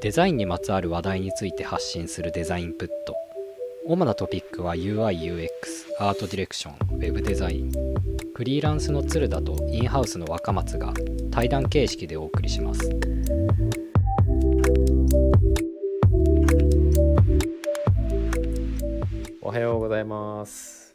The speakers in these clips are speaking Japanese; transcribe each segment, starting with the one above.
デザインにまつわる話題について発信するデザインプット。主なトピックは UI/UX、アートディレクション、ウェブデザイン。フリーランスの鶴田とインハウスの若松が対談形式でお送りします。 おはようございます。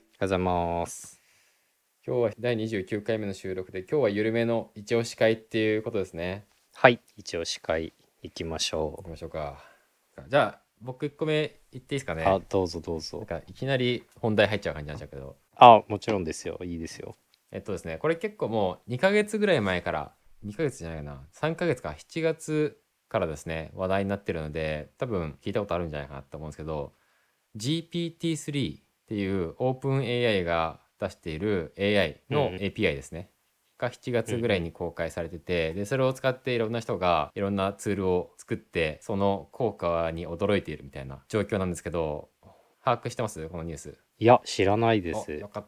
おはようございます。 今日は第29回目の収録で、今日は緩めの一押し会っていうことですね。 はい、一押し会行きましょ行きましょうか。じゃあ僕1個目言っていいですかね。 う。どうぞどうぞ。 なんかいきなり本題入っちゃう感じになっちゃうけど、 もちろんですよ。いいですよ。 ですね、これ結構もう2ヶ月ぐらい前から、2ヶ月じゃないな、3ヶ月か、7月からですね話題になってるので、多分聞いたことあるんじゃないかなと思うんですけど、 GPT-3 っていうオープン AI が出している AI の API ですね、が7月ぐらいに公開されてて、でそれを使っていろんな人がいろんなツールを作って、その効果に驚いているみたいな状況なんですけど、把握してますこのニュース？ いや、知らないです。 よかった。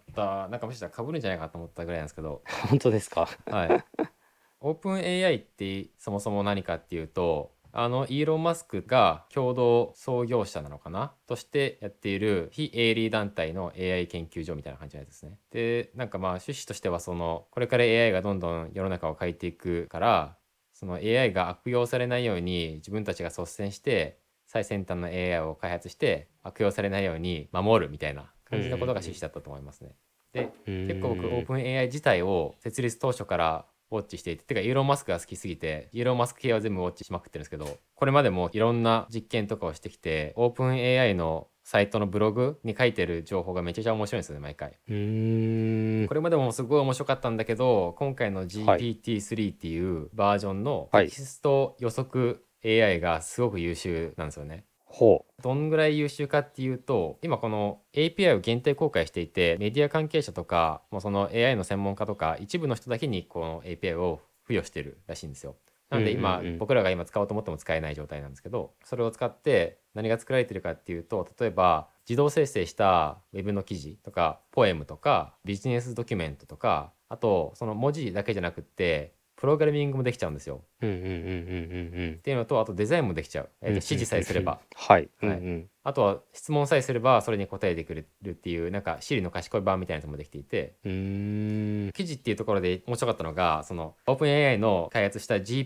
なんかもしかしたら被るんじゃないかと思ったぐらいなんですけど本当ですか？ はいオープン AI ってそもそも何かっていうと、イーロン・マスクが共同創業者なのかなとしてやっている非営利団体の AI 研究所みたいな感じのやつですね。で、なんかまあ趣旨としては、これから AI がどんどん世の中を変えていくから、その AI が悪用されないように自分たちが率先して最先端の AI を開発して悪用されないように守るみたいな感じのことが趣旨だったと思いますね。で、結構僕オープン AI 自体を設立当初からウォッチしていて、てかイーロン・マスクが好きすぎてイーロン・マスク系は全部ウォッチしまくってるんですけど、これまでもいろんな実験とかをしてきて、オープン AI のサイトのブログに書いてる情報がめちゃくちゃ面白いんですよね、毎回。これまでもすごい面白かったんだけど、今回の GPT-3 っていうバージョンのテキスト予測 AI がすごく優秀なんですよね。どんぐらい優秀かっていうと、今この API を限定公開していて、メディア関係者とかもうその AI の専門家とか一部の人だけにこの API を付与してるらしいんですよ。なので今、僕らが今使おうと思っても使えない状態なんですけど、それを使って何が作られてるかっていうと、例えば自動生成したウェブの記事とかポエムとかビジネスドキュメントとか、あとその文字だけじゃなくってプログラミングもできちゃうんですよ。っていうのと、あとデザインもできちゃう。指示さえすれば。あとは質問さえすればそれに答えてくれるっていう、なんか Siri の賢い版みたいなやつもできていて、記事っていうところで面白かったのが、その OpenAI の開発した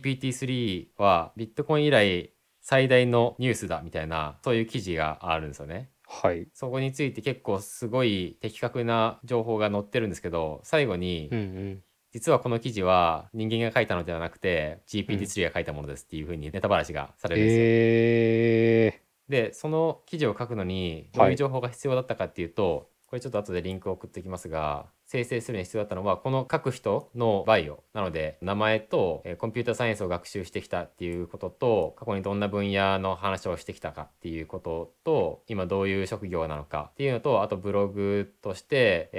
GPT-3 はビットコイン以来最大のニュースだみたいな、そういう記事があるんですよね。そこについて結構すごい的確な情報が載ってるんですけど、最後に、実はこの記事は人間が書いたのではなくて GPT-3 が書いたものですっていう風にネタバラシがされるんですよ。で、その記事を書くのにどういう情報が必要だったかっていうと、これちょっと後でリンクを送っておきますが、生成するに必要だったのはこの書く人のバイオなので、名前とコンピューターサイエンスを学習してきたっていうことと、過去にどんな分野の話をしてきたかっていうことと、今どういう職業なのかっていうのと、あとブログとして、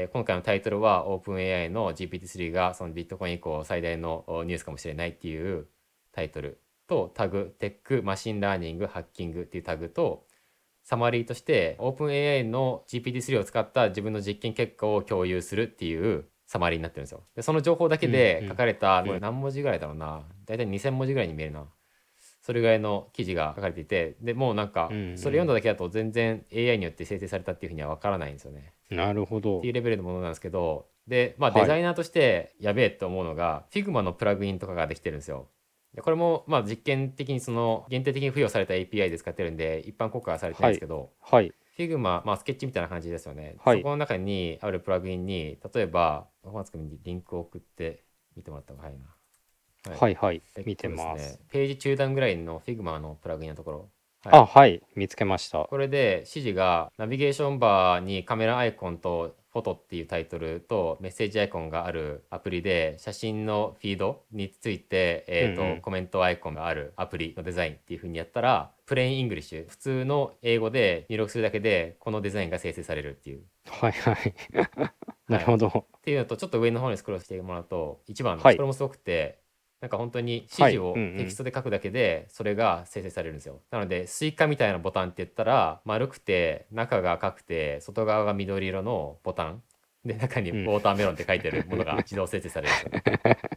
今回のタイトルは OpenAI の GPT-3 がそのビットコイン以降最大のニュースかもしれないっていうタイトルと、タグテックマシンラーニングハッキングっていうタグと、サマリーとして OpenAI の GPT-3 を使った自分の実験結果を共有するっていうサマリーになってるんですよ。でその情報だけで書かれた、これ何文字ぐらいだろうな、だいたい2000文字ぐらいに見えるな、それぐらいの記事が書かれていて、でもうなんかそれ読んだだけだと全然 AI によって生成されたっていうふうには分からないんですよね。 なるほど。 っていうレベルのものなんですけど、でまあデザイナーとしてやべえと思うのが、Figma のプラグインとかができてるんですよ。これもまあ実験的にその限定的に付与された API で使ってるんで一般公開はされてないんですけど、Figma、まあスケッチみたいな感じですよね。そこの中にあるプラグインに、例えば小松君にリンクを送って見てもらった方が早いな。 見てます。 ページ中段ぐらいの Figma のプラグインのところ、 見つけました。 これで指示がナビゲーションバーにカメラアイコンとフォトっていうタイトルとメッセージアイコンがあるアプリで、写真のフィードについて、コメントアイコンがあるアプリのデザインっていう風にやったら、プレインイングリッシュ、普通の英語で入力するだけでこのデザインが生成されるっていう。 なるほど。 っていうのと、ちょっと上の方にスクロールしてもらうと1番の、これもすごくて、なんか本当に指示をテキストで書くだけでそれが生成されるんですよ。なのでスイカみたいなボタンって言ったら、丸くて中が赤くて外側が緑色のボタンで、中にウォーターメロンって書いてるものが自動生成されるんですよ。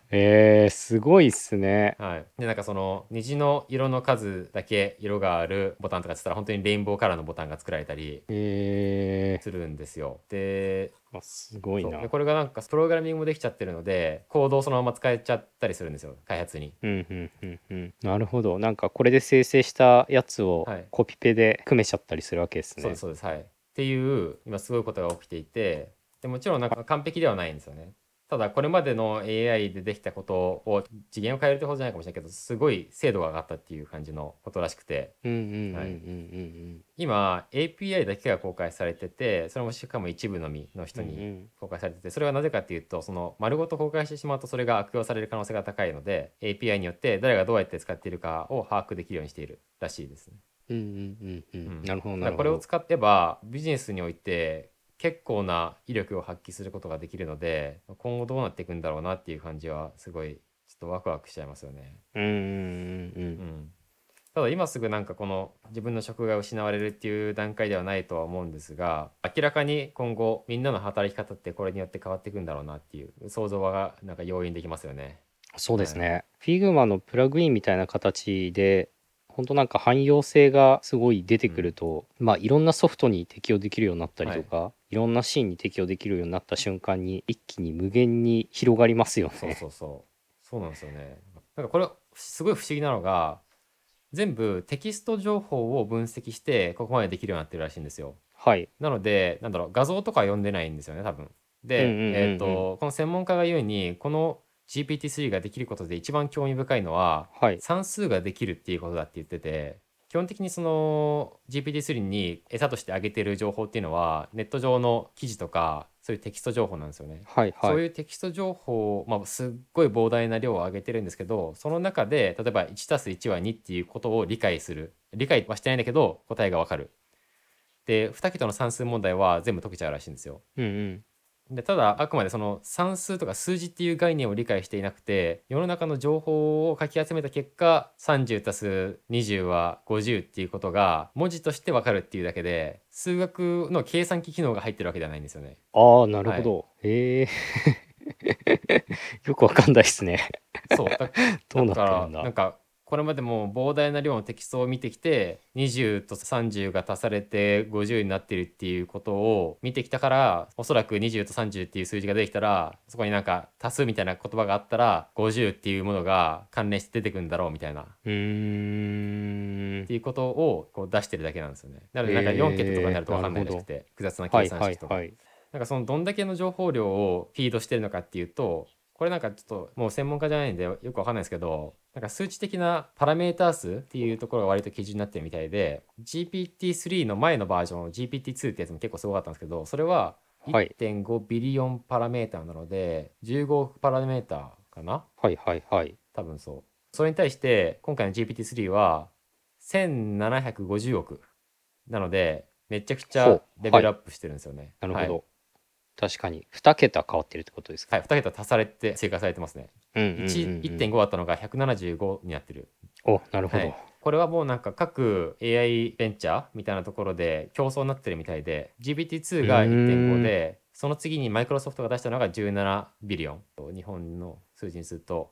すごいっすね。 はい、でなんかその虹の色の数だけ色があるボタンとかっつったら本当にレインボーカラーのボタンが作られたりするんですよ。 すごいな。 でこれがなんかプログラミングもできちゃってるのでコードをそのまま使えちゃったりするんですよ、開発に。 なるほど。なんかこれで生成したやつをはい、 コピペで組めちゃったりするわけですね。 そうですそうです。はい。っていう今すごいことが起きていて、でもちろんなんか完璧ではないんですよね。ただこれまでの AI でできたことを次元を変えるってことじゃないかもしれないけど、すごい精度が上がったっていう感じのことらしくて、今 API だけが公開されてて、それもしかも一部のみの人に公開されてて、それはなぜかっていうと、その丸ごと公開してしまうとそれが悪用される可能性が高いので、 API によって誰がどうやって使っているかを把握できるようにしているらしいですね。 なるほどなるほど。 これを使ってばビジネスにおいて結構な威力を発揮することができるので、今後どうなっていくんだろうなっていう感じはすごいちょっとワクワクしちゃいますよね。ただ今すぐなんかこの自分の職が失われるっていう段階ではないとは思うんですが、明らかに今後みんなの働き方ってこれによって変わっていくんだろうなっていう想像はなんか容易にできますよね。 そうですね。Figma のプラグインみたいな形で本当なんか汎用性がすごい出てくると、まあいろんなソフトに適用できるようになったりとか、いろんなシーンに適用できるようになった瞬間に一気に無限に広がりますよね。 そうなんですよね。なんかこれすごい不思議なのが、全部テキスト情報を分析してここまでできるようになってるらしいんですよ。 はい。 なのでなんだろう、画像とか読んでないんですよね多分。で、この専門家が言うに、この GPT-3 ができることで一番興味深いのは、 はい、 算数ができるっていうことだって言ってて、基本的にその GPT-3 に餌としてあげてる情報っていうのはネット上の記事とかそういうテキスト情報なんですよね。 はいはい。 そういうテキスト情報を、すっごい膨大な量を上げてるんですけど、その中で例えば 1+1 は2っていうことを理解はしてないんだけど答えがわかる。で2桁の算数問題は全部解けちゃうらしいんですよ。でただあくまでその算数とか数字っていう概念を理解していなくて、世の中の情報をかき集めた結果 30+20 は50っていうことが文字としてわかるっていうだけで、数学の計算機機能が入ってるわけではないんですよね。 ああ、なるほど。へえ。よくわかんないですね。 そうだどうなってるからんだ。 なんかこれまでも膨大な量のテキストを見てきて、20と30が足されて50になってるっていうことを見てきたから、おそらく20と30っていう数字が出てきたら、そこになんか足すみたいな言葉があったら50っていうものが関連して出てくるんだろうみたいなっていうことをこう出してるだけなんですよね。なのでなんか4桁とかになると分かんないらしくて、複雑な計算式とか、なんかそのどんだけの情報量をフィードしてるのかっていうと、これなんかちょっともう専門家じゃないんでよくわかんないですけど、なんか数値的なパラメーター数っていうところが割と基準になってるみたいで、 GPT-3 の前のバージョン GPT-2 ってやつも結構すごかったんですけど、それは1.5ビリオンパラメーターなので15億パラメーターかな。多分そう。それに対して今回の GPT-3 は1750億なので、めちゃくちゃレベルアップしてるんですよね。 なるほど。確かに2桁変わってるってことですか。 はい、2桁足されて追加されてますね。1.5 あったのが175になってる。 お、なるほど。 これはもうなんか各 AI ベンチャーみたいなところで競争になってるみたいで、 GPT-2 が 1.5 で、その次にマイクロソフトが出したのが17ビリオン、日本の数字にすると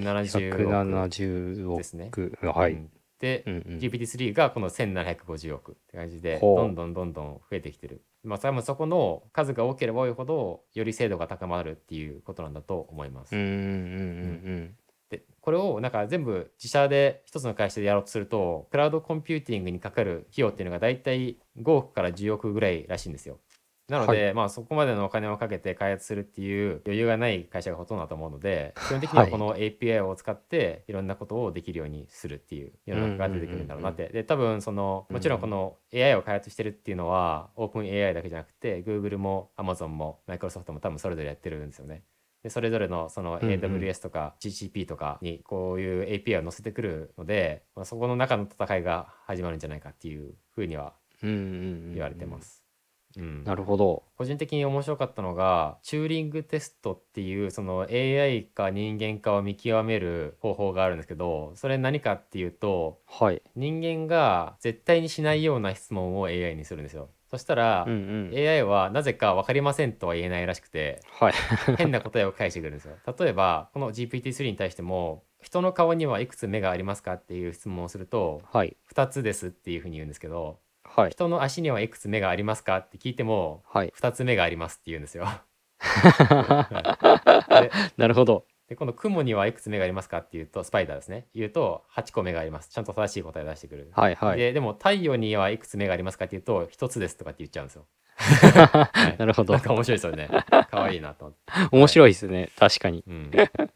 170億ですね。で、GPT-3 がこの1750億って感じでどんどん増えてきてる。多分そこの数が多ければ多いほどより精度が高まるっていうことなんだと思います。でこれをなんか全部自社で一つの会社でやろうとすると、クラウドコンピューティングにかかる費用っていうのがだいたい5億から10億ぐらいらしいんですよ。なので、そこまでのお金をかけて開発するっていう余裕がない会社がほとんどだと思うので、基本的にはこの API を使っていろんなことをできるようにするっていう世の中が出てくるんだろうなって。で多分そのもちろんこの AI を開発してるっていうのは OpenAI だけじゃなくて Google も Amazon も Microsoft も多分それぞれやってるんですよね。でそれぞれのその AWS とか GCP とかにこういう API を載せてくるので、そこの中の戦いが始まるんじゃないかっていうふうには言われてます。 なるほど。 個人的に面白かったのがチューリングテストっていうその AI か人間かを見極める方法があるんですけど、それ何かっていうと、人間が絶対にしないような質問を AI にするんですよ。 そしたら、 うん。 AI はなぜか分かりませんとは言えないらしくて、 はい。 変な答えを返してくるんですよ。例えばこの GPT-3 に対しても人の顔にはいくつ目がありますかっていう質問をするとはい。 2つですっていうふうに言うんですけど、 はい。 人の足にはいくつ目がありますかって聞いてもはい。 2つ目がありますって言うんですよ。はい、でなるほど。 今度雲にはいくつ目がありますかっていうと、スパイダーですね、言うと8個目があります、ちゃんと正しい答えを出してくる。 はいはい。 でも太陽にはいくつ目がありますかっていうと1つですとかって言っちゃうんですよ。はい、 なるほど。 なんか面白いですよね。可愛いなと思って。 面はい、 白いですね。確かに。 うん、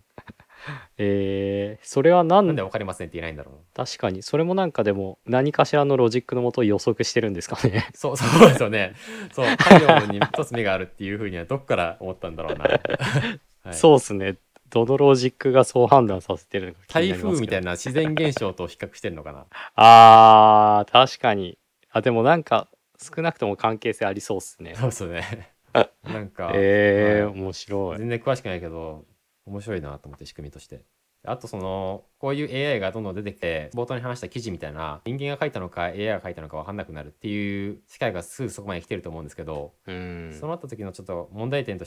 それはなんで分かりませんって言えないんだろう。 確かに。それもなんかでも何かしらのロジックのもと予測してるんですかね。 そうですよね。そう、太陽に一つ目があるっていうふうにはどっから思ったんだろうな。はい、 そうですね。どのロジックがそう判断させてるのか気に台なりますけど。 風みたいな自然現象と比較してるのかな。 確かに。でもなんか少なくとも関係性ありそうっすね。 そうですね。なんか、はい、 面白い。 全然詳しくないけど面白いなと思って、仕組みとして。あとこういう AI がどんどん出てきて、冒頭に話した記事みたいな、人間が書いたのか AI が書いたのか分かんなくなるっていう世界がすぐそこまで来てると思うんですけど、そうなった時のちょっと問題点として、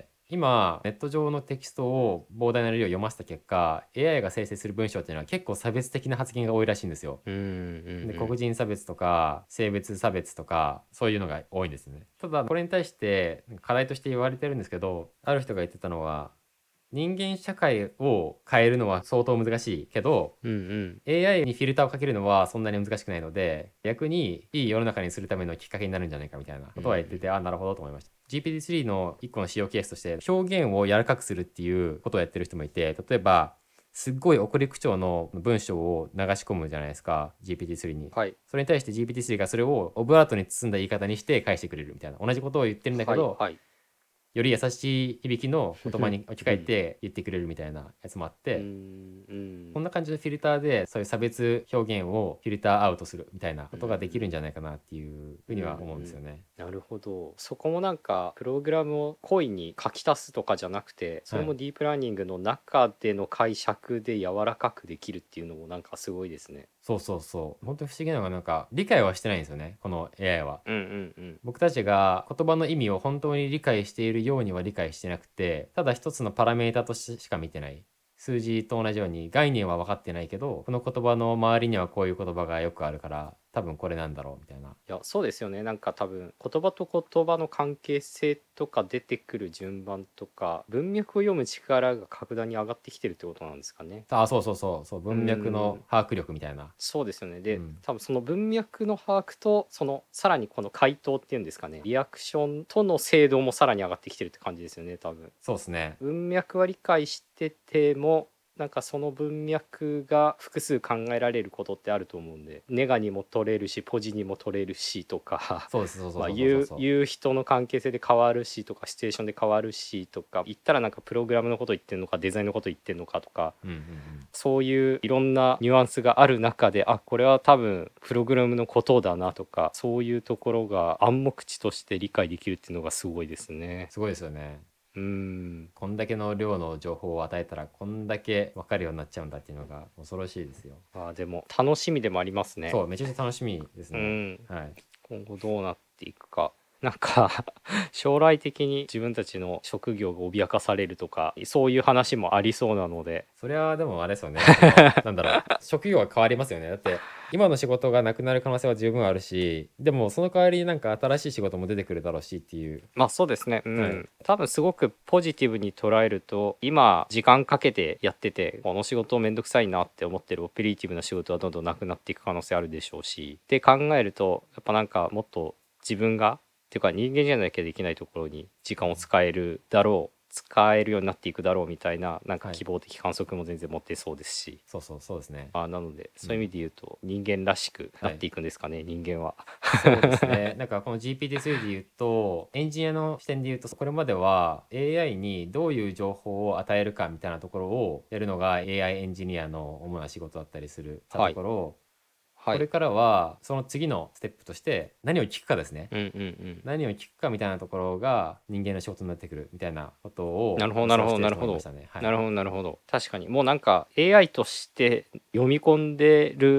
今ネット上のテキストを膨大な量読ませた結果、 AI が生成する文章っていうのは結構差別的な発言が多いらしいんですよ。で、黒人差別とか性別差別とかそういうのが多いんですね。ただこれに対して課題として言われてるんですけど、ある人が言ってたのは、人間社会を変えるのは相当難しいけど、 うん。 AI にフィルターをかけるのはそんなに難しくないので、逆にいい世の中にするためのきっかけになるんじゃないかみたいなことは言ってて、あ、なるほどと思いました。GPT-3 の一個の使用ケースとして表現を柔らかくするっていうことをやってる人もいて、例えばすっごい怒り口調の文章を流し込むじゃないですか GPT-3 に。 はい。 それに対して GPT-3 がそれをオブラートに包んだ言い方にして返してくれるみたいな、同じことを言ってるんだけど、 はい。 より優しい響きの言葉に置き換えて言ってくれるみたいなやつもあって、こんな感じでフィルターでそういう差別表現をフィルターアウトするみたいなことができるんじゃないかなっていうふうには思うんですよね。 なるほど。そこもなんかプログラムを故意に書き足すとかじゃなくて、それもディープラーニングの中での解釈で柔らかくできるっていうのもなんかすごいですね。 そう本当に不思議なのが、なんか理解はしてないんですよね、この AI は。僕たちが言葉の意味を本当に理解しているようには理解してなくて、ただ一つのパラメータとしてしか見てない。数字と同じように概念は分かってないけど、この言葉の周りにはこういう言葉がよくあるから多分これなんだろうみたいな。 いや、そうですよね。なんか多分言葉と言葉の関係性とか出てくる順番とか文脈を読む力が格段に上がってきてるってことなんですかね。 そう文脈の把握力みたいな。 そうですよね。で、 うん、 多分その文脈の把握とそのさらにこの回答っていうんですかね、リアクションとの精度もさらに上がってきてるって感じですよね、多分。 そうですね。 文脈は理解しててもなんかその文脈が複数考えられることってあると思うんで、ネガにも取れるしポジにも取れるしとかそうですまあ言う人の関係性で変わるしとかシチュエーションで変わるしとか、言ったらなんかプログラムのこと言ってんのかデザインのこと言ってんのかとか、そういういろんなニュアンスがある中で、あ、これは多分プログラムのことだなとか、そういうところが暗黙知として理解できるっていうのがすごいですね。 すごいですよね。 うんこんだけの量の情報を与えたらこんだけ分かるようになっちゃうんだっていうのが恐ろしいですよ。 でも楽しみでもありますね。 そう、めちゃくちゃ楽しみですね。はい。 今後どうなっていくか。なんか将来的に自分たちの職業が脅かされるとかそういう話もありそうなので、 それはでもあれですよね。なんだろう、職業が変わりますよね。だって今の仕事がなくなる可能性は十分あるし、でもその代わりになんか新しい仕事も出てくるだろうしっていう。 まあそうですね、 はい、 多分すごくポジティブに捉えると、今時間かけてやっててこの仕事めんどくさいなって思ってるオペレーティブな仕事はどんどんなくなっていく可能性あるでしょうし、って考えるとやっぱなんかもっと自分がっていうか人間じゃなきゃできないところに時間を使えるだろう、使えるようになっていくだろうみたいな、なんか希望的観測も全然持ってそうですし、 そうですね。 なのでそういう意味で言うと人間らしくなっていくんですかね、人間は。 そうですね。なんかこの GPT-3 で言うと、エンジニアの視点で言うと、これまでは AI にどういう情報を与えるかみたいなところをやるのが AI エンジニアの主な仕事だったりするところを、これからはその次のステップとして何を聞くかですね。何を聞くかみたいなところが人間の仕事になってくるみたいなことをなるほどなるほどなるほどなるほどなるほど。確かにもうなんか AI として読み込んでる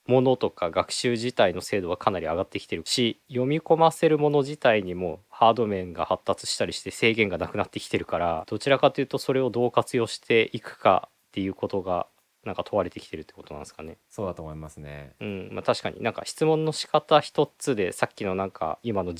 ものとか学習自体の精度はかなり上がってきてるし、読み込ませるもの自体にもハード面が発達したりして制限がなくなってきてるから、どちらかというとそれをどう活用していくかっていうことがなんか問われてきてるってことなんですかね。 そうだと思いますね。 まあ、確かになんか質問の仕方一つでさっきのなんか今の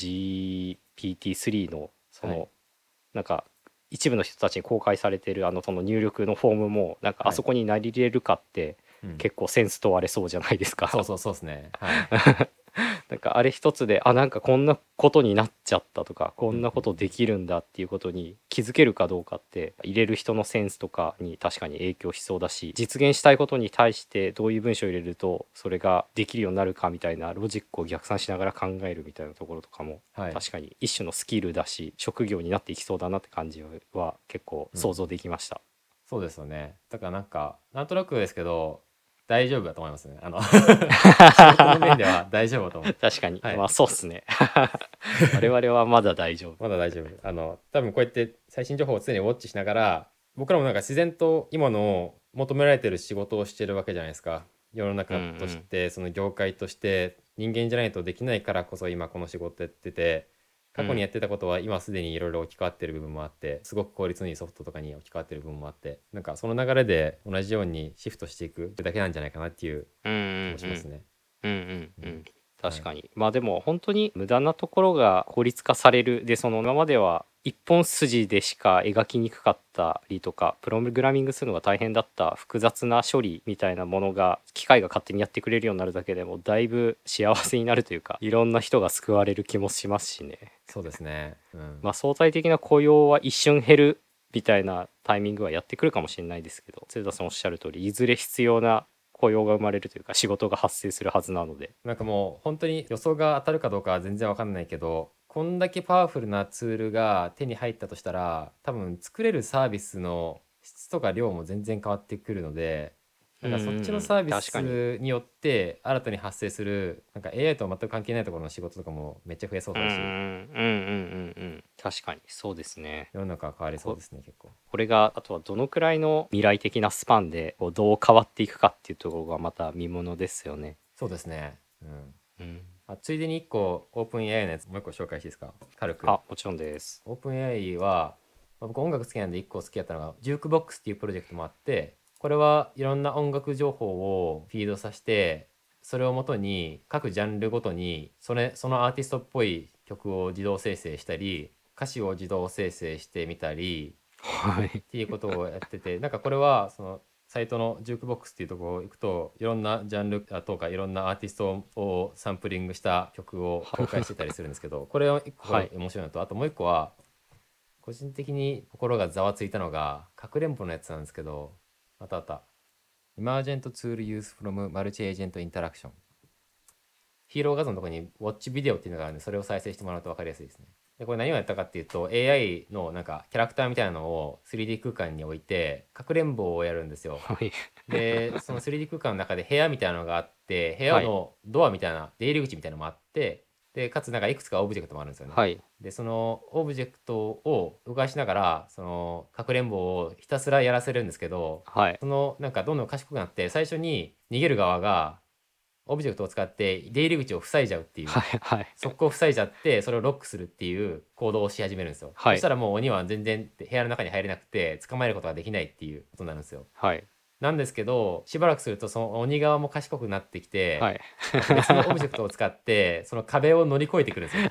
GPT-3 のその、なんか一部の人たちに公開されているその入力のフォームもなんかあそこになり入れるかって結構センス問われそうじゃないですか。 そうですね。はいなんかあれ一つでなんかこんなことになっちゃったとかこんなことできるんだっていうことに気づけるかどうかって入れる人のセンスとかに確かに影響しそうだし、実現したいことに対してどういう文章を入れるとそれができるようになるかみたいなロジックを逆算しながら考えるみたいなところとかも確かに一種のスキルだし職業になっていきそうだなって感じは結構想像できました。 そうですよね。だからなんとなくですけど大丈夫だと思いますね。仕事の面では大丈夫だと思う。 確かに、まあそうっすね。我々はまだ大丈夫。 まだ大丈夫。多分こうやって最新情報を常にウォッチしながら、僕らもなんか自然と今の求められてる仕事をしてるわけじゃないですか。世の中として、その業界として人間じゃないとできないからこそ今この仕事やってて、過去にやってたことは今すでにいろいろ置き換わってる部分もあって、すごく効率のいいソフトとかに置き換わってる部分もあって、なんかその流れで同じようにシフトしていくだけなんじゃないかなっていう気もしますね。 確かに、まあでも本当に無駄なところが効率化される。でその今までは一本筋でしか描きにくかったりとかプログラミングするのが大変だった複雑な処理みたいなものが機械が勝手にやってくれるようになるだけでもだいぶ幸せになるというか、いろんな人が救われる気もしますしね。 そうですね、 まあ相対的な雇用は一瞬減るみたいなタイミングはやってくるかもしれないですけど、鶴田さんおっしゃる通りいずれ必要な雇用が生まれるというか仕事が発生するはずなので、 なんかもう本当に予想が当たるかどうかは全然わかんないけど、こんだけパワフルなツールが手に入ったとしたら多分作れるサービスの質とか量も全然変わってくるので、なんかそっちのサービスによって新たに発生するなんか AI と全く関係ないところの仕事とかもめっちゃ増えそうだし、 確かにそうですね。 世の中は変わりそうですね。結構これがあとはどのくらいの未来的なスパンでこうどう変わっていくかっていうところがまた見ものですよね。 そうですね。ついでに1個オープン AI のやつもう1個紹介していいですか、軽く。 もちろんです。 オープン AI は、僕音楽好きなんで1個好きだったのがジュークボックスっていうプロジェクトもあって、これはいろんな音楽情報をフィードさせて、それをもとに各ジャンルごとにそのアーティストっぽい曲を自動生成したり歌詞を自動生成してみたりっていうことをやってて、なんかこれはそのサイトのジュークボックスっていうところ行くといろんなジャンルとかいろんなアーティストをサンプリングした曲を公開してたりするんですけどこれは1個面白いのと、あともう1個は個人的に心がざわついたのがかくれんぼのやつなんですけど、あったイマージェントツールユースフロムマルチエージェントインタラクション、ヒーロー画像のところにウォッチビデオっていうのがあるんで、それを再生してもらうと分かりやすいですね。でこれ何をやったかっていうと AI のなんかキャラクターみたいなのを 3D 空間に置いてかくれんぼをやるんですよ。でその 3D 空間の中で部屋みたいなのがあって、部屋のドアみたいな出入り口みたいなのもあって、でかつなんかいくつかオブジェクトもあるんですよね。でそのオブジェクトを動かしながらそのかくれんぼをひたすらやらせるんですけど、そのなんかどんどん賢くなって最初に逃げる側がオブジェクトを使って出入り口を塞いじゃうっていう、速攻塞いじゃってそれをロックするっていう行動をし始めるんですよ。そしたらもう鬼は全然部屋の中に入れなくて捕まえることができないっていうことになるんですよ。なんですけどしばらくするとその鬼側も賢くなってきて、別のオブジェクトを使ってその壁を乗り越えてくるんですよ。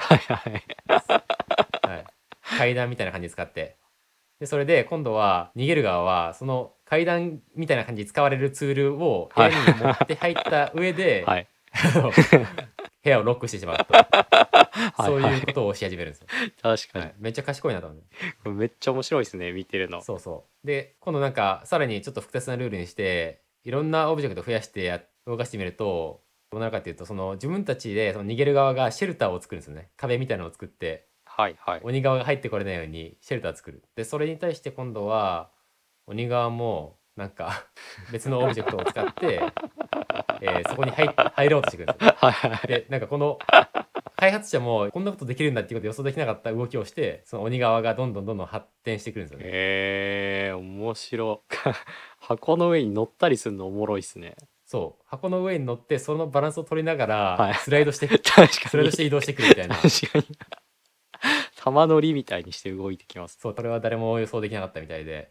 階段みたいな感じで使って、でそれで今度は逃げる側はその階段みたいな感じで使われるツールを部屋に持って入った上で、部屋をロックしてしまうとそういうことをし始めるんですよ。確かに、めっちゃ賢いなと思う。 めっちゃ面白いですね、見てるの。 そうで今度なんかさらにちょっと複雑なルールにしていろんなオブジェクトを増やして動かしてみるとどうなるかっていうと、その自分たちでその逃げる側がシェルターを作るんですよね。壁みたいなのを作って、鬼側が入ってこれないようにシェルターを作る。でそれに対して今度は鬼側もなんか別のオブジェクトを使って、そこに入ろうとしてくるんですよ。でなんかこの開発者もこんなことできるんだっていうことを予想できなかった動きをして、その鬼側がどんどん発展してくるんですよね。 面白箱の上に乗ったりするのおもろいっすね。 そう箱の上に乗ってそのバランスを取りながはいらスライドしてく、 確スかにライドして移動してくるみたいな。 確かに玉乗りみたいにして動いてきます。 そうこれは誰も予想できなかったみたいで。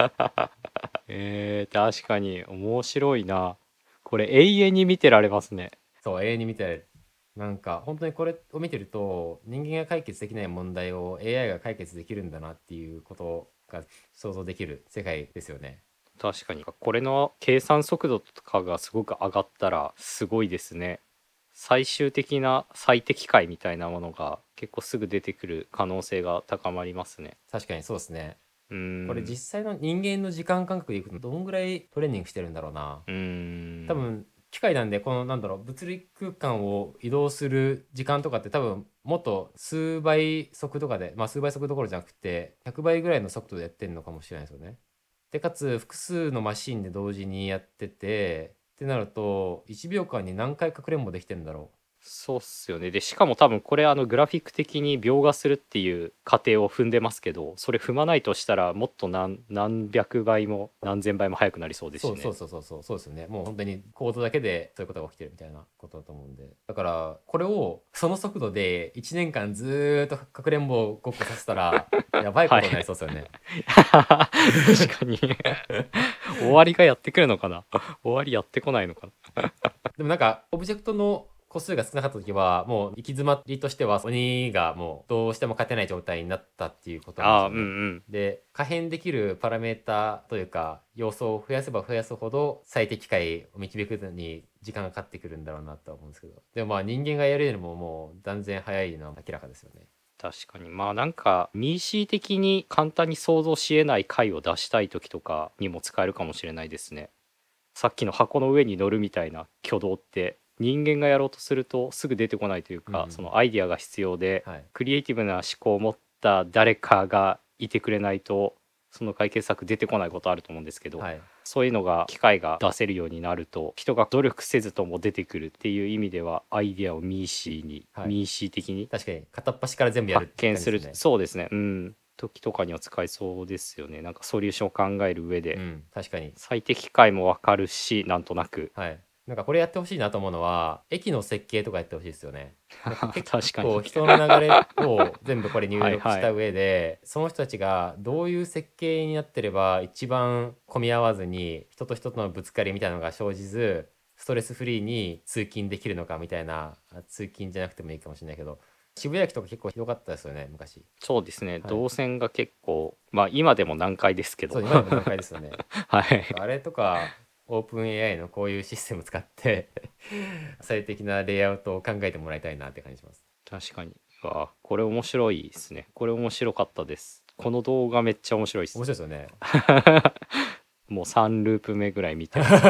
確かに面白いな。これ永遠に見てられますね。 そう永遠に見てられる。なんか本当にこれを見てると人間が解決できない問題を AI が解決できるんだなっていうことが想像できる世界ですよね。 確かにこれの計算速度とかがすごく上がったらすごいですね。最終的な最適解みたいなものが結構すぐ出てくる可能性が高まりますね。 確かにそうですね。 うーんこれ実際の人間の時間感覚でいくとどんぐらいトレーニングしてるんだろうな。多分機械なんでこのなんだろう物理空間を移動する時間とかって多分もっと数倍速とかで数倍速どころじゃなくて100倍ぐらいの速度でやってるのかもしれないですよね。でかつ複数のマシンで同時にやっててってなると1秒間に何回かくれんぼできてるんだろそうっすよね。でしかも多分これグラフィック的に描画するっていう過程を踏んでますけど、それ踏まないとしたらもっと何百倍も何千倍も速くなりそうう。 ですしね。 そうですよね。もう本当にコードだけでそういうことが起きてるみたいなことだと思うんで、だからこれをその速度で1年間ずーっとかくれんぼごっこさせたらやばいことになりそうですよね。 確かに終わりがやってくるのかな終わりやってこないのかな。 でもなんかオブジェクトの個数が少なかった時はもう行き詰まりとしては鬼がもうどうしても勝てない状態になったっていうことなんですよね。で可変できるパラメータというか要素を増やせば増やすほど最適解を導くのに時間がかかってくるんだろうなとは思うんですけど、でも人間がやるよりももう断然早いのは明らかですよね。 確かになんかミーシー的に簡単に想像しえない回を出したい時とかにも使えるかもしれないですね。さっきの箱の上に乗るみたいな挙動って人間がやろうとするとすぐ出てこないというか、そのアイディアが必要で、クリエイティブな思考を持った誰かがいてくれないとその解決策出てこないことあると思うんですけど、そういうのが機械が出せるようになると人が努力せずとも出てくるっていう意味ではアイディアをミーシー的に確かに片っ端から全部やる発見する、そうですね、時とかには使えそうですよね。なんかソリューションを考える上で、 確かに最適解も分かるしなんとなく、 なんかこれやってほしいなと思うのは駅の設計とかやってほしいですよね。 確かに人の流れを全部これ入力した上でその人たちがどういう設計になってれば一番混み合わずに人と人とのぶつかりみたいなのが生じずストレスフリーに通勤できるのかみたいな、通勤じゃなくてもいいかもしれないけど渋谷駅とか結構ひどかったですよね昔。 そうですね、動線が結構今でも難解ですけど、 そう今でも難解ですよねはいあれとかオープン AI のこういうシステム使って最適なレイアウトを考えてもらいたいなって感じします。 確かに。これ面白いですね。これ面白かったです。この動画めっちゃ面白いです。 面白いですよねもう3ループ目ぐらい見てます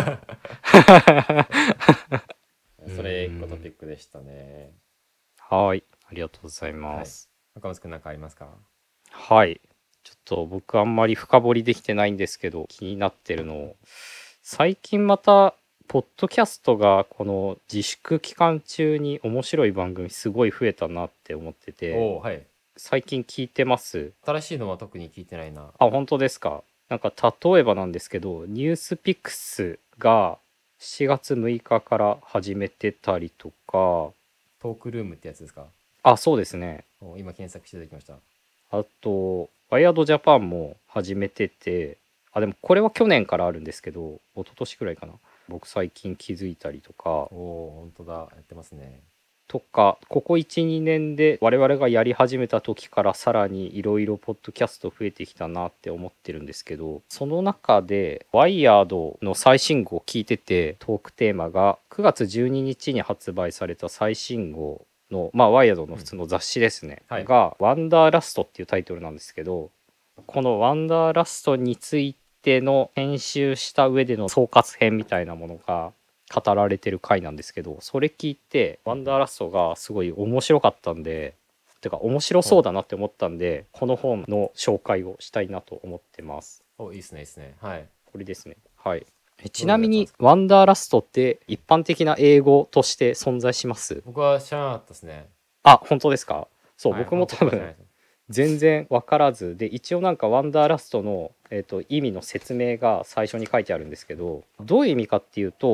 それ1個トピックでしたね。 はい、ありがとうございます。 岡本くん何かありますか？ はい、ちょっと僕あんまり深掘りできてないんですけど気になってるのを、最近またポッドキャストがこの自粛期間中に面白い番組すごい増えたなって思ってて、最近聞いてます？ 新しいのは特に聞いてないな。 本当ですか？なんか例えばなんですけどニュースピックスが7月6日から始めてたりとか。 トークルームってやつですか？ そうですね。 今検索していただきました。 あとワイヤードジャパンも始めてて、でもこれは去年からあるんですけど一昨年くらいかな、僕最近気づいたりとか。 本当だ、やってますね。 とかここ 1,2 年で我々がやり始めた時からさらにいろいろポッドキャスト増えてきたなって思ってるんですけど、その中でワイヤードの最新号を聞いてて、トークテーマが9月12日に発売された最新号のワイヤードの普通の雑誌ですね、がワンダーラストっていうタイトルなんですけど、このワンダーラストについての編集した上での総括編みたいなものが語られてる回なんですけど、それ聞いてワンダーラストがすごい面白かったんで、てか面白そうだなって思ったんで、この本の紹介をしたいなと思ってます。 いいですね、いいですね。はい、 これですね。はい。ちなみにワンダーラストって一般的な英語として存在します？ 僕は知らなかったですね。 本当ですか？そう、僕も多分全然分からずで、一応なんかワンダーラストの、意味の説明が最初に書いてあるんですけど、どういう意味かっていうと、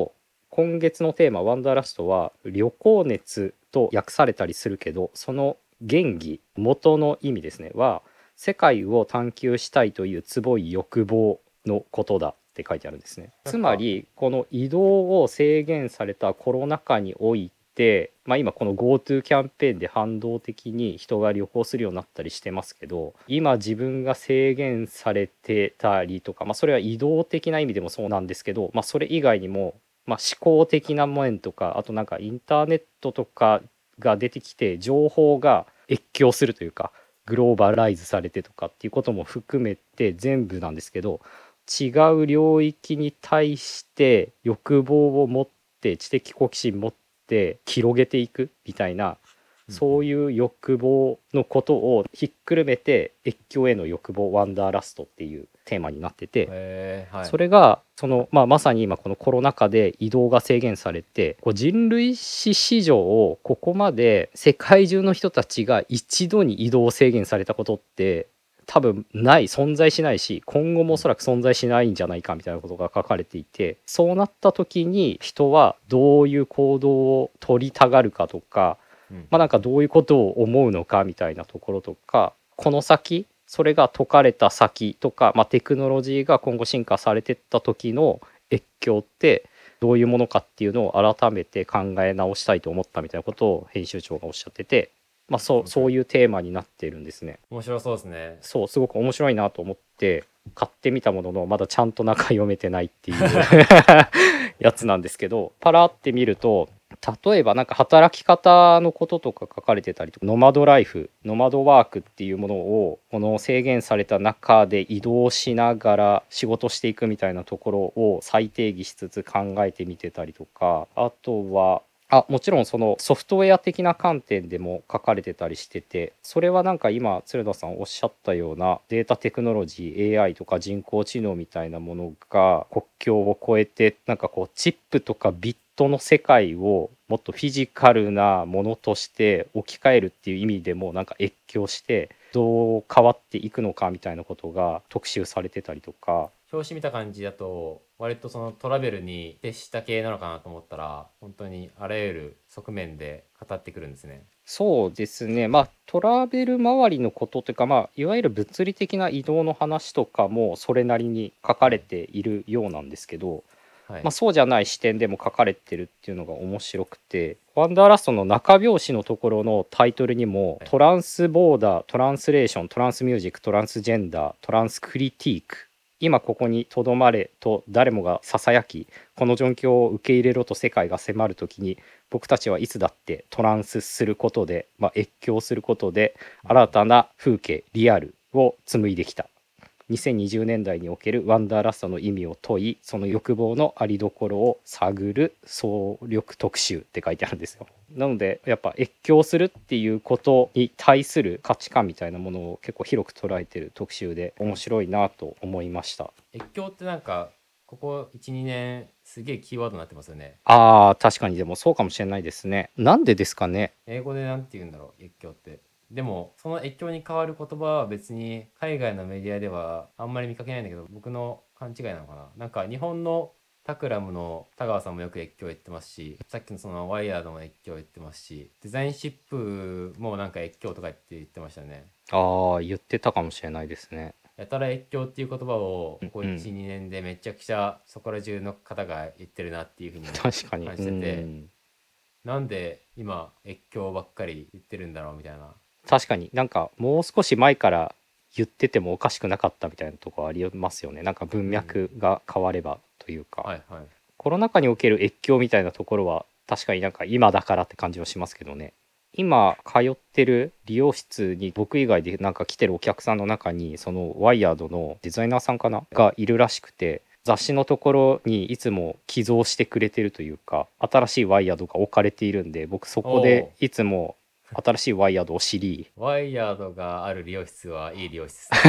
今月のテーマワンダーラストは旅行熱と訳されたりするけど、その原義元の意味ですねは世界を探求したいという強い欲望のことだって書いてあるんですね。つまりこの移動を制限されたコロナ禍において、今この GoTo キャンペーンで反動的に人が旅行するようになったりしてますけど、今自分が制限されてたりとか、それは移動的な意味でもそうなんですけど、それ以外にも思考的な面とか、あとなんかインターネットとかが出てきて情報が越境するというかグローバライズされてとかっていうことも含めて全部なんですけど、違う領域に対して欲望を持って知的好奇心持って広げていくみたいな、そういう欲望のことをひっくるめて越境への欲望ワンダーラストっていうテーマになってて、それがまさに今このコロナ禍で移動が制限されて、人類史史上ここまで世界中の人たちが一度に移動を制限されたことって多分存在しないし、今後もおそらく存在しないんじゃないかみたいなことが書かれていて、そうなった時に人はどういう行動を取りたがるかとか、なんかどういうことを思うのかみたいなところとか、この先それが解かれた先とか、テクノロジーが今後進化されてった時の越境ってどういうものかっていうのを改めて考え直したいと思ったみたいなことを編集長がおっしゃってて、そういうテーマになっているんですね。 面白そうですね。 そうすごく面白いなと思って買ってみたものの、まだちゃんと中読めてないっていうやつなんですけど、パラって見ると例えばなんか働き方のこととか書かれてたりとか、ノマドライフ、ノマドワークっていうものをこの制限された中で移動しながら仕事していくみたいなところを再定義しつつ考えてみてたりとか、あとはもちろんそのソフトウェア的な観点でも書かれてたりしてて、それはなんか今鶴田さんおっしゃったようなデータテクノロジー AI とか人工知能みたいなものが国境を越えてなんかチップとかビットの世界をもっとフィジカルなものとして置き換えるっていう意味でもなんか越境してどう変わっていくのかみたいなことが特集されてたりとか。 表紙見た感じだと割とそのトラベルに徹した系なのかなと思ったら、本当にあらゆる側面で語ってくるんですね。 そうですね、トラベル周りのことというか、いわゆる物理的な移動の話とかもそれなりに書かれているようなんですけど、そうじゃない視点でも書かれてるっていうのが面白くて、ワンダーラストの中表紙のところのタイトルにも、トランスボーダー、トランスレーション、トランスミュージック、トランスジェンダー、トランスクリティーク、今ここにとどまれと誰もがささやき、この状況を受け入れろと世界が迫るときに、僕たちはいつだってトランスすることで、越境することで新たな風景リアルを紡いできた。2020年代におけるワンダーラストの意味を問い、その欲望のありどころを探る総力特集って書いてあるんですよ。なのでやっぱ越境するっていうことに対する価値観みたいなものを結構広く捉えてる特集で面白いなと思いました。 越境ってなんかここ 1,2 年すげえキーワードになってますよね。 確かに。でもそうかもしれないですね。なんでですかね。 英語でなんて言うんだろう、越境って。でもその越境に変わる言葉は別に海外のメディアではあんまり見かけないんだけど、僕の勘違いなのかな。なんか日本のタクラムの田川さんもよく越境言ってますし、さっきのそのワイヤードも越境言ってますし、デザインシップもなんか越境とか言ってましたね。 言ってたかもしれないですね。 やたら越境っていう言葉をここ 1,2 年でめちゃくちゃそこら中の方が言ってるなっていうふうに感じてて、なんで今越境ばっかり言ってるんだろうみたいな。 確かになんかもう少し前から言っててもおかしくなかったみたいなところありますよね。なんか文脈が変わればというか、コロナ禍における越境みたいなところは確かになんか今だからって感じはしますけどね。今通ってる理容室に僕以外でなんか来てるお客さんの中にそのワイヤードのデザイナーさんかながいるらしくて、雑誌のところにいつも寄贈してくれてるというか、新しいワイヤードが置かれているんで、僕そこでいつも新しいワイヤードを知り、 ワイヤードがある理容室はいい理容室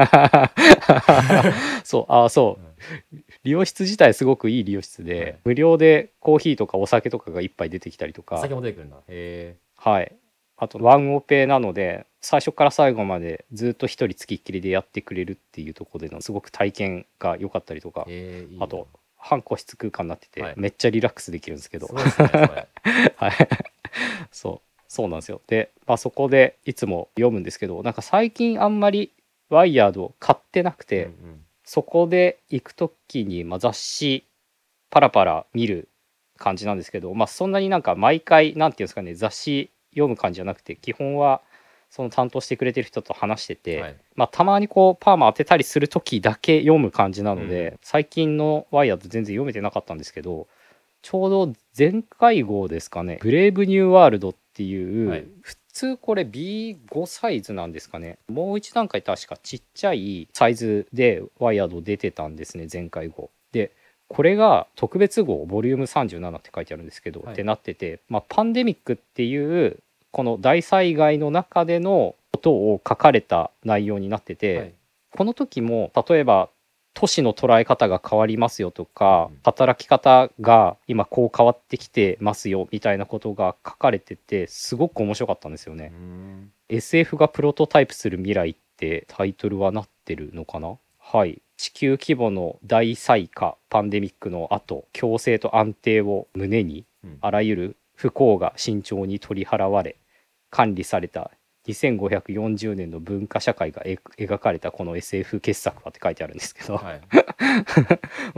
理容室自体すごくいい理容室で、無料でコーヒーとかお酒とかが一杯出てきたりとか。 お酒も出てくるんだ。 あとワンオペなので最初から最後までずっと一人つきっきりでやってくれるっていうところでのすごく体験が良かったりとか、あと半個室空間になってて、 はい、 めっちゃリラックスできるんですけど、 すごいですねそれはい、そうなんですよ。で、そこでいつも読むんですけど、なんか最近あんまりワイヤード買ってなくて、そこで行く時に、雑誌パラパラ見る感じなんですけど、そんなになんか毎回なんていうんですかね、雑誌読む感じじゃなくて、基本はその担当してくれてる人と話してて、 はい、 たまにこうパーマ当てたりする時だけ読む感じなので、最近のワイヤード全然読めてなかったんですけど、ちょうど前回号ですかね、ブレイブニューワールドっていう、 はい、 普通これ B5 サイズなんですかね、もう一段階確かちっちゃいサイズでワイヤード出てたんですね、前回号で。これが特別号ボリューム37って書いてあるんですけど、 はい、 ってなってて、パンデミックっていうこの大災害の中でのことを書かれた内容になってて、 はい、 この時も例えば都市の捉え方が変わりますよとか、 うん、 働き方が今こう変わってきてますよみたいなことが書かれてて、すごく面白かったんですよね。SF がプロトタイプする未来ってタイトルはなってるのかな。はい、地球規模の大災禍パンデミックの後、共生と安定を胸に、あらゆる不幸が慎重に取り払われ管理された2540年の文化社会が描かれたこの SF 傑作はって書いてあるんですけど、はい、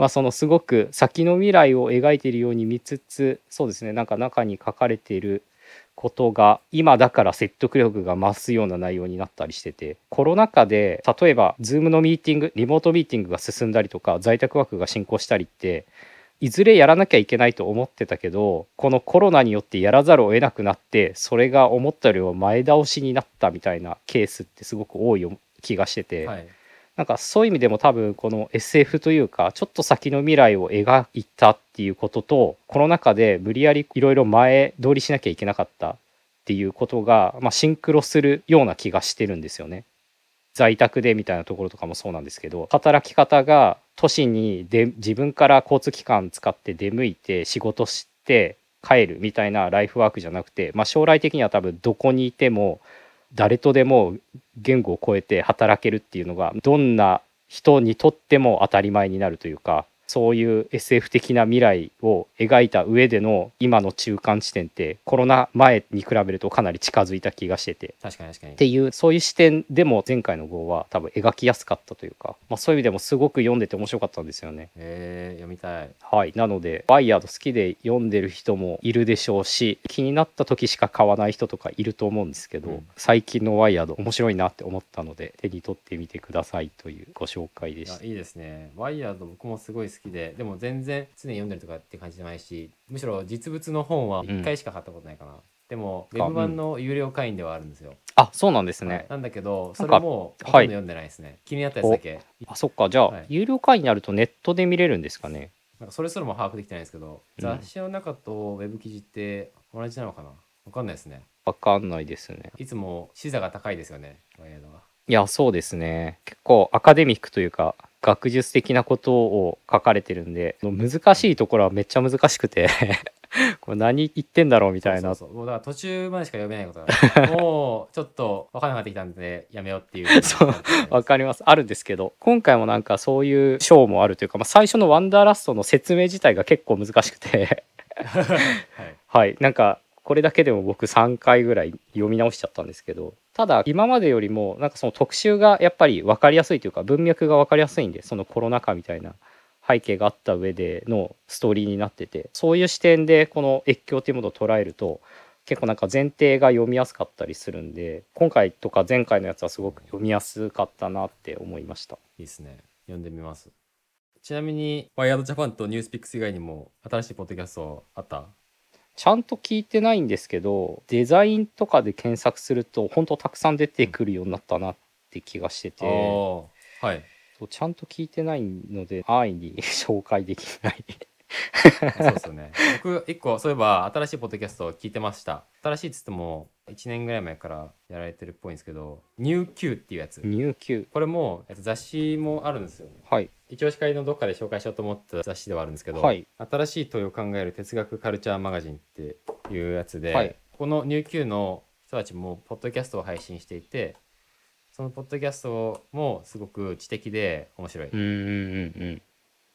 そのすごく先の未来を描いているように見つつ、そうですね、なんか中に書かれていることが今だから説得力が増すような内容になったりしてて、コロナ禍で例えば Zoom のミーティング、リモートミーティングが進んだりとか在宅ワークが進行したりっていずれやらなきゃいけないと思ってたけど、このコロナによってやらざるを得なくなって、それが思ったよりも前倒しになったみたいなケースってすごく多い気がしてて、はい、なんかそういう意味でも多分この SF というかちょっと先の未来を描いたっていうことと、コロナ禍で無理やりいろいろ前通りしなきゃいけなかったっていうことが、シンクロするような気がしてるんですよね。在宅でみたいなところとかもそうなんですけど、働き方が都市に自分から交通機関使って出向いて仕事して帰るみたいなライフワークじゃなくて、将来的には多分どこにいても誰とでも言語を超えて働けるっていうのがどんな人にとっても当たり前になるというか、そういう SF 的な未来を描いた上での今の中間地点ってコロナ前に比べるとかなり近づいた気がしてて、 確かにっていう、そういう視点でも前回の号は多分描きやすかったというか、そういう意味でもすごく読んでて面白かったんですよね。 読みたい。 はい、なのでワイヤード好きで読んでる人もいるでしょうし、気になった時しか買わない人とかいると思うんですけど、最近のワイヤード面白いなって思ったので手に取ってみてくださいというご紹介でした。 いいですね。ワイヤード僕もすごい好きで、でも全然常に読んでるとかって感じじゃないし、むしろ実物の本は1回しか買ったことないかな。でもウェブ版の有料会員ではあるんですよ。 あ、そうなんですね。 なんだけどそれもほとんど読んでないですね。気になったやつだけ。 そっか、じゃあ、有料会員になるとネットで見れるんですかね。 なんかそれすらも把握できてないんですけど、雑誌の中とウェブ記事って同じなのかな。分かんないですね。 分かんないですね。 いつも視座が高いですよね、ワイヤードは。 いや、そうですね。結構アカデミックというか学術的なことを書かれてるんで、難しいところはめっちゃ難しくてこれ何言ってんだろうみたいな。 もうだから途中までしか読めないことがもうちょっと分からなくなってきたんでやめようっていうそう、分かります。あるんですけど、今回もなんかそういう章もあるというか、最初のワンダーラストの説明自体が結構難しくてはい、なんかこれだけでも僕3回ぐらい読み直しちゃったんですけど、ただ今までよりもなんかその特集がやっぱり分かりやすいというか、文脈が分かりやすいんで、そのコロナ禍みたいな背景があった上でのストーリーになってて、そういう視点でこの越境というものを捉えると結構なんか前提が読みやすかったりするんで、今回とか前回のやつはすごく読みやすかったなって思いました。 いいですね、読んでみます。ちなみにワイヤードジャパンとニュースピックス以外にも新しいポッドキャストあった？ ちゃんと聞いてないんですけど、デザインとかで検索すると本当たくさん出てくるようになったなって気がしてて、 はい、 ちゃんと聞いてないので安易に紹介できないそうですよね。僕1個そういえば新しいポッドキャストを聞いてました。新しいっつっても1年ぐらい前からやられてるっぽいんですけど、ニュー Q っていうやつ。 ニュー Q、 これも雑誌もあるんですよね。 はい、 一応司会のどっかで紹介しようと思った雑誌ではあるんですけど、 はい、 新しい問いを考える哲学カルチャーマガジンっていうやつで、 はい、 このニュー Q の人たちもポッドキャストを配信していて、そのポッドキャストもすごく知的で面白い。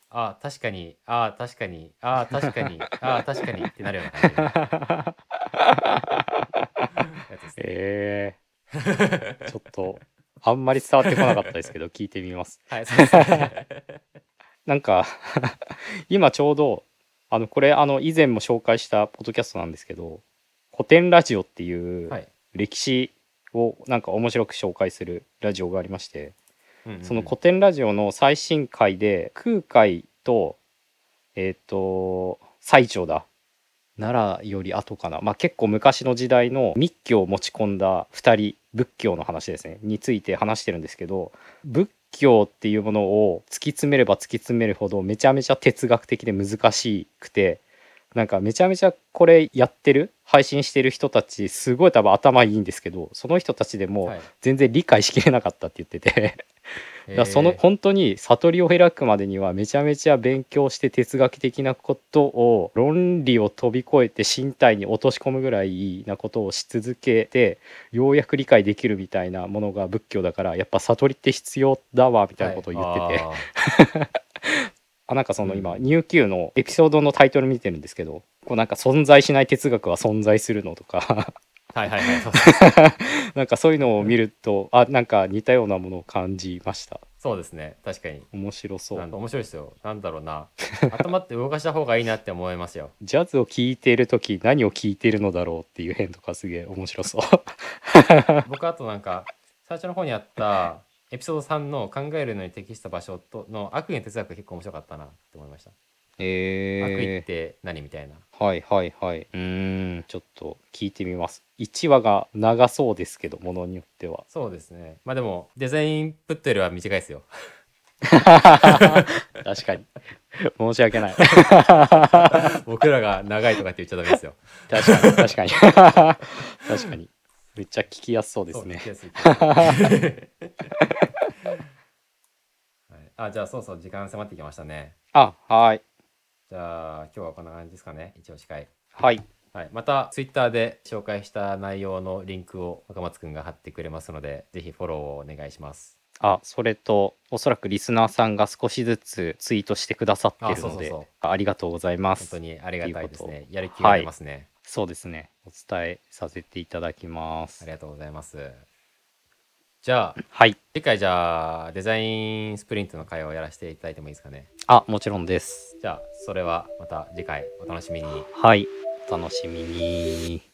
ああ確かに、ああ確かに、ああ確かに、ああ確かにってなるような感じのやつですね。 ちょっとあんまり伝わってこなかったですけど聞いてみます。 はい、そうですね。 なんか今ちょうどこれ以前も紹介したポッドキャストなんですけど、古典ラジオっていうはい。 歴史をなんか面白く紹介するラジオがありまして、 うんうんうん、 その古典ラジオの最新回で空海と最澄だ、奈良より後かな、まあ結構昔の時代の密教を持ち込んだ2人、仏教の話ですねについて話してるんですけど、仏教っていうものを突き詰めれば突き詰めるほどめちゃめちゃ哲学的で難しくて、なんかめちゃめちゃこれやってる配信してる人たちすごい多分頭いいんですけど、その人たちでもはい。 全然理解しきれなかったって言っててだからそのへ本当に悟りを開くまでにはめちゃめちゃ勉強して哲学的なことを、論理を飛び越えて身体に落とし込むぐらいなことをし続けてようやく理解できるみたいなものが仏教だから、やっぱ悟りって必要だわみたいなことを言ってて、なんかその今、ニュー Q のエピソードのタイトル見てるんですけど、こうなんか存在しない哲学は存在するのとかはいはいはい、そうそうそう。 なんかそういうのを見るとなんか似たようなものを感じました。 そうですね、確かに。 面白そう。 面白いですよ。なんだろうな。頭って動かした方がいいなって思いますよ。 ジャズを聴いている時何を聴いているのだろうっていう辺とかすげえ面白そう僕あとなんか最初の方にあったエピソード3の考えるのに適した場所との悪意の哲学が結構面白かったなって思いました。悪意って何みたいな。 はいはいはい。ちょっと聞いてみます。1話が長そうですけど、ものによっては。 そうですね。まあでもデザインプットよりは短いですよ。 確かに。申し訳ない。 僕らが長いとかって言っちゃダメですよ。 確かに確かに確かに。めっちゃ聞きやすそうですね。 そう聞きやすいはい、じゃあそうそう時間迫ってきましたね。 はい。 じゃあ今日はこんな感じですかね、一応司会。 はい。 はい、またツイッターで紹介した内容のリンクを若松くんが貼ってくれますので、ぜひフォローをお願いします。 それとおそらくリスナーさんが少しずつツイートしてくださってるので、 そうありがとうございま本す。 当にありがたいですね。やる気はいが出ますね。 そうですね。お伝えさせていただきまあす。 りがとうございます。じゃあはい。 次回じゃあデザインスプリントの会をやらせていただいてもいいですかね。 もちろんです。 じゃあそれはまた次回お楽しみに。 はい。お楽しみに。